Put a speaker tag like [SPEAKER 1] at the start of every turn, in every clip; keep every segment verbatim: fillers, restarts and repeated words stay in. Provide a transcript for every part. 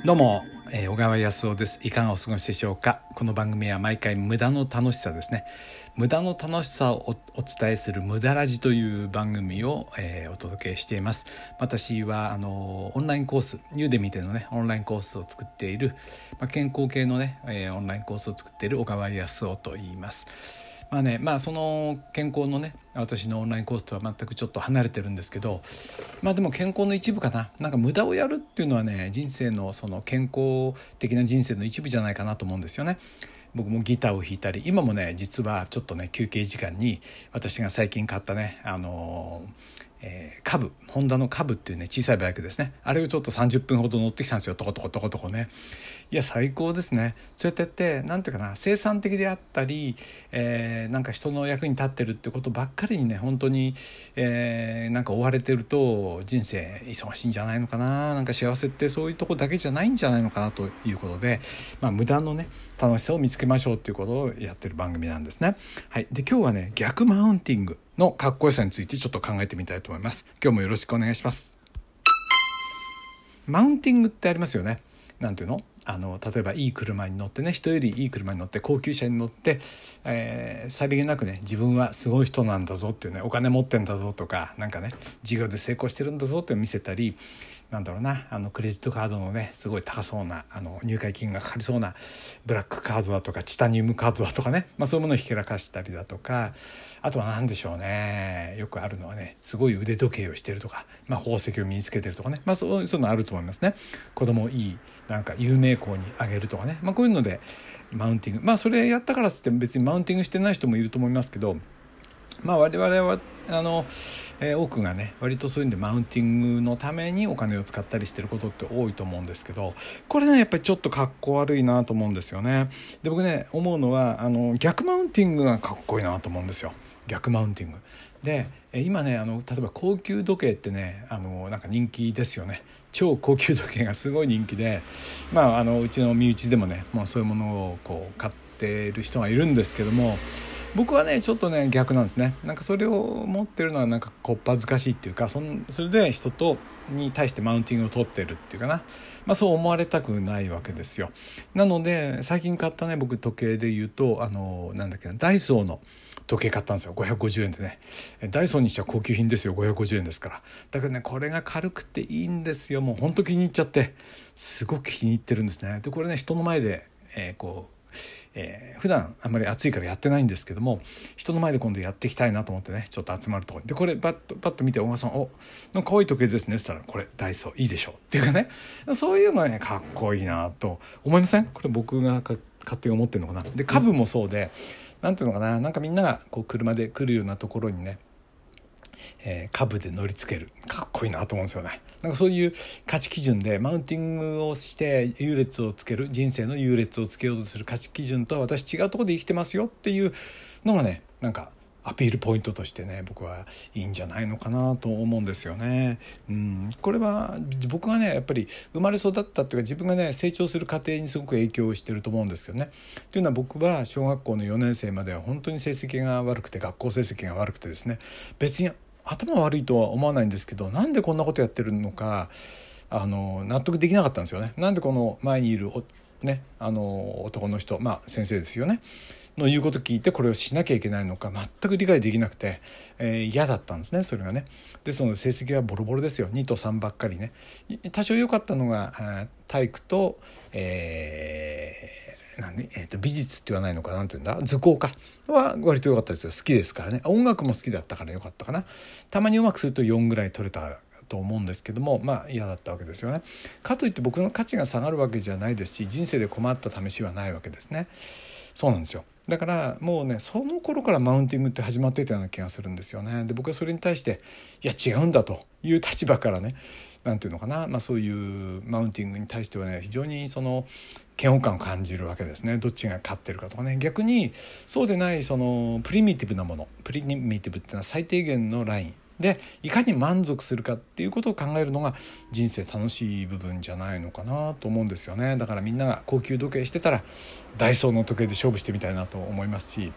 [SPEAKER 1] どうも、えー、小川康夫です。いかがお過ごしでしょうか。この番組は毎回無駄の楽しさですね、無駄の楽しさを お, お伝えする無駄ラジという番組を、えー、お届けしています。私はあのオンラインコースユーデミでのねオンラインコースを作っている、まあ、健康系のね、えー、オンラインコースを作っている小川康夫と言います。まあね、まあその健康のね私のオンラインコースとは全くちょっと離れてるんですけど、まあでも健康の一部かな。なんか無駄をやるっていうのはね、人生のその健康的な人生の一部じゃないかなと思うんですよね。僕もギターを弾いたり、今もね実はちょっとね休憩時間に私が最近買ったねあのーえー、カブホンダのカブっていうね小さいバイクですね、あれをちょっとさんじゅっぷんほど乗ってきたんですよ。トコトコトコトコね。いや最高ですね。そうやってやってなんていうかな、生産的であったり、えー、なんか人の役に立ってるってことばっかりにね本当に、えー、なんか追われてると人生忙しいんじゃないのかな。なんか幸せってそういうとこだけじゃないんじゃないのかなということで、まあ、無駄のね楽しさを見つけましょうっていうことをやってる番組なんですね。はい。で今日はね逆マウンティングのかっこよさについてちょっと考えてみたいと思います。今日もよろしくお願いします。マウンティングってありますよね。なんていうのあの例えばいい車に乗ってね、人よりいい車に乗って高級車に乗って、えー、さりげなくね自分はすごい人なんだぞっていうね、お金持ってんだぞとか、なんかね事業で成功してるんだぞって見せたり、なんだろうな、あのクレジットカードのねすごい高そうなあの入会金がかかりそうなブラックカードだとかチタニウムカードだとかね、まあ、そういうものをひけらかしたりだとか、あとは何でしょうね、よくあるのはねすごい腕時計をしてるとか、まあ、宝石を身につけてるとかね、まあ、そうそういうのあると思いますね。子供をいいなんか有名校にあげるとかね、まあ、こういうのでマウンティング、まあそれやったからっつって別にマウンティングしてない人もいると思いますけど、まあ我々はあの、えー、多くがね割とそういうんでマウンティングのためにお金を使ったりしてることって多いと思うんですけど、これねやっぱりちょっとかっこ悪いなと思うんですよね。で僕ね思うのはあの逆マウンティングがかっこいいなと思うんですよ。逆マウンティングで今ねあの例えば高級時計ってねあのなんか人気ですよね。超高級時計がすごい人気で、まああのうちの身内でもね、まあ、そういうものをこう買ってる人がいるんですけども、僕はねちょっとね逆なんですね。なんかそれを持ってるのはなんかこっぱずかしいっていうか、そんそれで人とに対してマウンティングを取ってるっていうかな、まあ、そう思われたくないわけですよ。なので最近買ったね僕時計で言うとあのなんだっけなダイソーの時計買ったんですよ。ごひゃくごじゅうえんでね、ダイソーにしては高級品ですよ。ごひゃくごじゅうえんですから。だからねこれが軽くていいんですよ。もう本当気に入っちゃってすごく気に入ってるんですね。でこれね人の前で、えー、こうえー、普段あんまり暑いからやってないんですけども、人の前で今度やっていきたいなと思ってねちょっと集まるところでこれパッとパッと見て、小川さんおなんか可愛い時計ですねって言ったら、これダイソーいいでしょっていうかね、そういうのはねかっこいいなと思いません？これ僕が勝手に思ってるのかな。で株もそうで、なんていうのかな、なんかみんながこう車で来るようなところにねえー、株で乗りつける、かっこいいなと思うんですよね。なんかそういう価値基準でマウンティングをして優劣をつける、人生の優劣をつけようとする価値基準とは私違うところで生きてますよっていうのがね、なんかアピールポイントとしてね僕はいいんじゃないのかなと思うんですよね。うん、これは僕がねやっぱり生まれ育ったっていうか自分がね成長する過程にすごく影響してると思うんですよね。というのは僕は小学校のよねん生までは本当に成績が悪くて、学校成績が悪くてですね、別に頭悪いとは思わないんですけど、なんでこんなことやってるのかあの納得できなかったんですよね。なんでこの前にいるね、あの男の人、まあ先生ですよねの言うこと聞いてこれをしなきゃいけないのか全く理解できなくて、えー、嫌だったんですねそれがね。でその成績はボロボロですよ。にとさんばっかりね。多少良かったのが体育と、えー何えー、と美術って言わないのかなんていうんだ図工かは割と良かったですよ。好きですからね。音楽も好きだったから良かったかな。たまにうまくするとよんぐらい取れたと思うんですけども、まあ嫌だったわけですよね。かといって僕の価値が下がるわけじゃないですし、人生で困った試しはないわけですね。そうなんですよ。だからもうねその頃からマウンティングって始まっていたような気がするんですよね。で僕はそれに対していや違うんだという立場からね、なんていうのかな、まあ、そういうマウンティングに対してはね非常にその嫌悪感を感じるわけですね。どっちが勝ってるかとかね。逆にそうでないそのプリミティブなもの、プリミティブっていうのは最低限のラインでいかに満足するかっていうことを考えるのが人生楽しい部分じゃないのかなと思うんですよね。だからみんなが高級時計してたらダイソーの時計で勝負してみたいなと思いますし、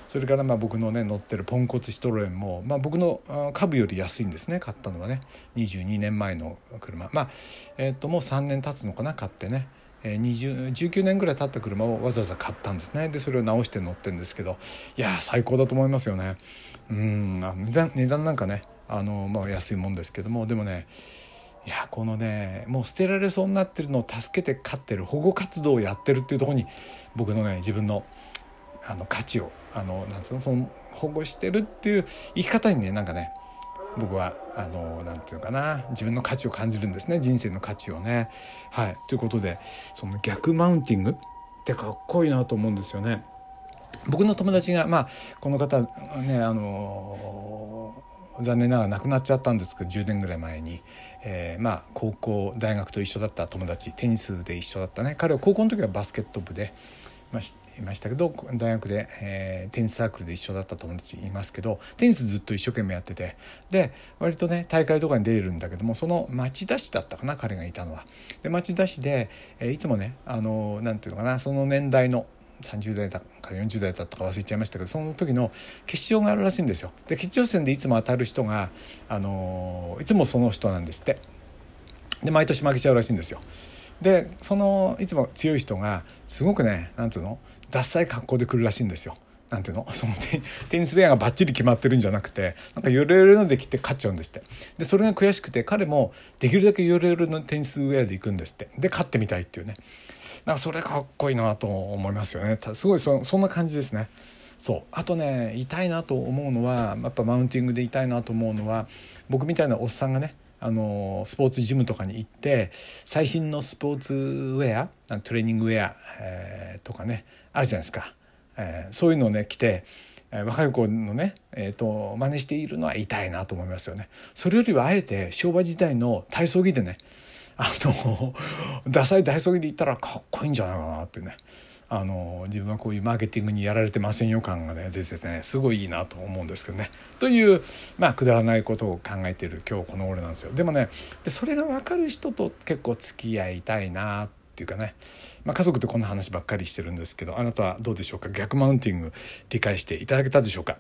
[SPEAKER 1] それからまあ僕のね乗ってるポンコツシトロエンも、まあ、僕の株より安いんですね。買ったのはねにじゅうにねんまえの車、まあえー、ともうさんねん経つのかな買ってね、えー、にじゅう じゅうきゅうねんぐらい経った車をわざわざ買ったんですね。でそれを直して乗ってるんですけど、いや最高だと思いますよね。うん値段、値段なんかねあの、まあ、安いもんですけども、でもねいやこのねもう捨てられそうになってるのを助けて飼ってる保護活動をやってるっていうところに僕のね自分のあの価値をあのなんつうのその保護してるっていう生き方にねなんかね僕はあのなんていうのかな自分の価値を感じるんですね。人生の価値をね。はいということでその逆マウンティングってかっこいいなと思うんですよね。僕の友達がまあこの方ねあの残念ながら亡くなっちゃったんですけどじゅうねんぐらい前に、えー、まあ高校大学と一緒だった友達テニスで一緒だったね。彼は高校の時はバスケット部でいましたけど大学で、えー、テニスサークルで一緒だった友達いますけどテニスずっと一生懸命やっててで割とね大会とかに出るんだけどもその町田市だったかな彼がいたのは。で町田市で、えー、いつもねあのなんていうのかなその年代のさんじゅう代だかよんじゅう代だったか忘れちゃいましたけどその時の決勝があるらしいんですよ。で決勝戦でいつも当たる人が、あのー、いつもその人なんですって。で毎年負けちゃうらしいんですよ。でそのいつも強い人がすごくねなんていうのダッサい格好で来るらしいんですよ。なんていうのその テ, テニスウェアがバッチリ決まってるんじゃなくてなんかヨレヨレので着て勝っちゃうんですって。でそれが悔しくて彼もできるだけヨレヨレのテニスウェアで行くんですって。で勝ってみたいっていうねなんかそれかっこいいなと思いますよね。すごい そ, そんな感じですね。そうあとね痛いなと思うのはやっぱマウンティングで痛いなと思うのは僕みたいなおっさんがねあのスポーツジムとかに行って最新のスポーツウェアトレーニングウェア、えー、とかねあるじゃないですか、えー、そういうのをね着て、えー、若い子のね、えー、と真似しているのは痛いなと思いますよね。それよりはあえて昭和時代の体操着でねあのダサい体操着で行ったらかっこいいんじゃないかなってねあの自分はこういうマーケティングにやられてませんよ感がね出ててねすごいいいなと思うんですけどねというまあくだらないことを考えている今日この頃なんですよ。でもねでそれが分かる人と結構付き合いたいなっていうかね、まあ、家族でこんな話ばっかりしてるんですけどあなたはどうでしょうか。逆マウンティング理解していただけたでしょうか。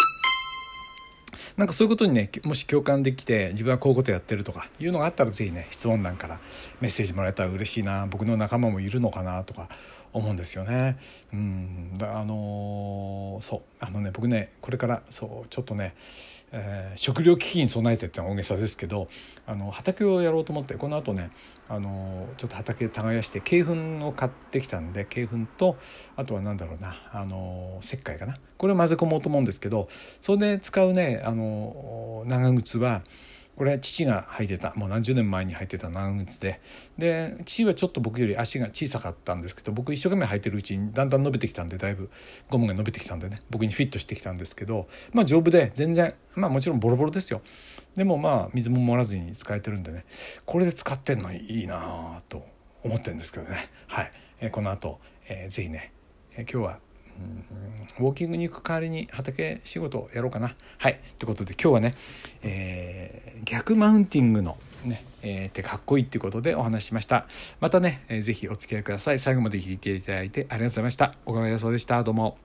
[SPEAKER 1] なんかそういうことにねもし共感できて自分はこういうことやってるとかいうのがあったらぜひね質問欄からメッセージもらえたら嬉しいな僕の仲間もいるのかなとか思うんですよね。うんだあのー、そうあのね僕ねこれからそうちょっとね、えー、食料危機に備えてってのは大げさですけどあの畑をやろうと思ってこの後ねあのー、ちょっと畑耕して鶏粉を買ってきたんで鶏粉とあとはなんだろうなあのー、石灰かなこれを混ぜ込もうと思うんですけどそれで使うねあのー、長靴はこれは父が履いてたもう何十年前に履いてた長靴でで父はちょっと僕より足が小さかったんですけど僕一生懸命履いてるうちにだんだん伸びてきたんでだいぶゴムが伸びてきたんでね僕にフィットしてきたんですけどまあ丈夫で全然まあもちろんボロボロですよ。でもまあ水も漏らずに使えてるんでねこれで使ってんのいいなと思ってるんですけどね。はい、えー、この後、えー、ぜひね、えー、今日はウォーキングに行く代わりに畑仕事をやろうかな。はいということで今日はね、えー、逆マウンティングのね、えー、ってかっこいいっていうことでお話ししました。またね、えー、ぜひお付き合いください。最後まで聞いていただいてありがとうございました。小川康夫でした。どうも。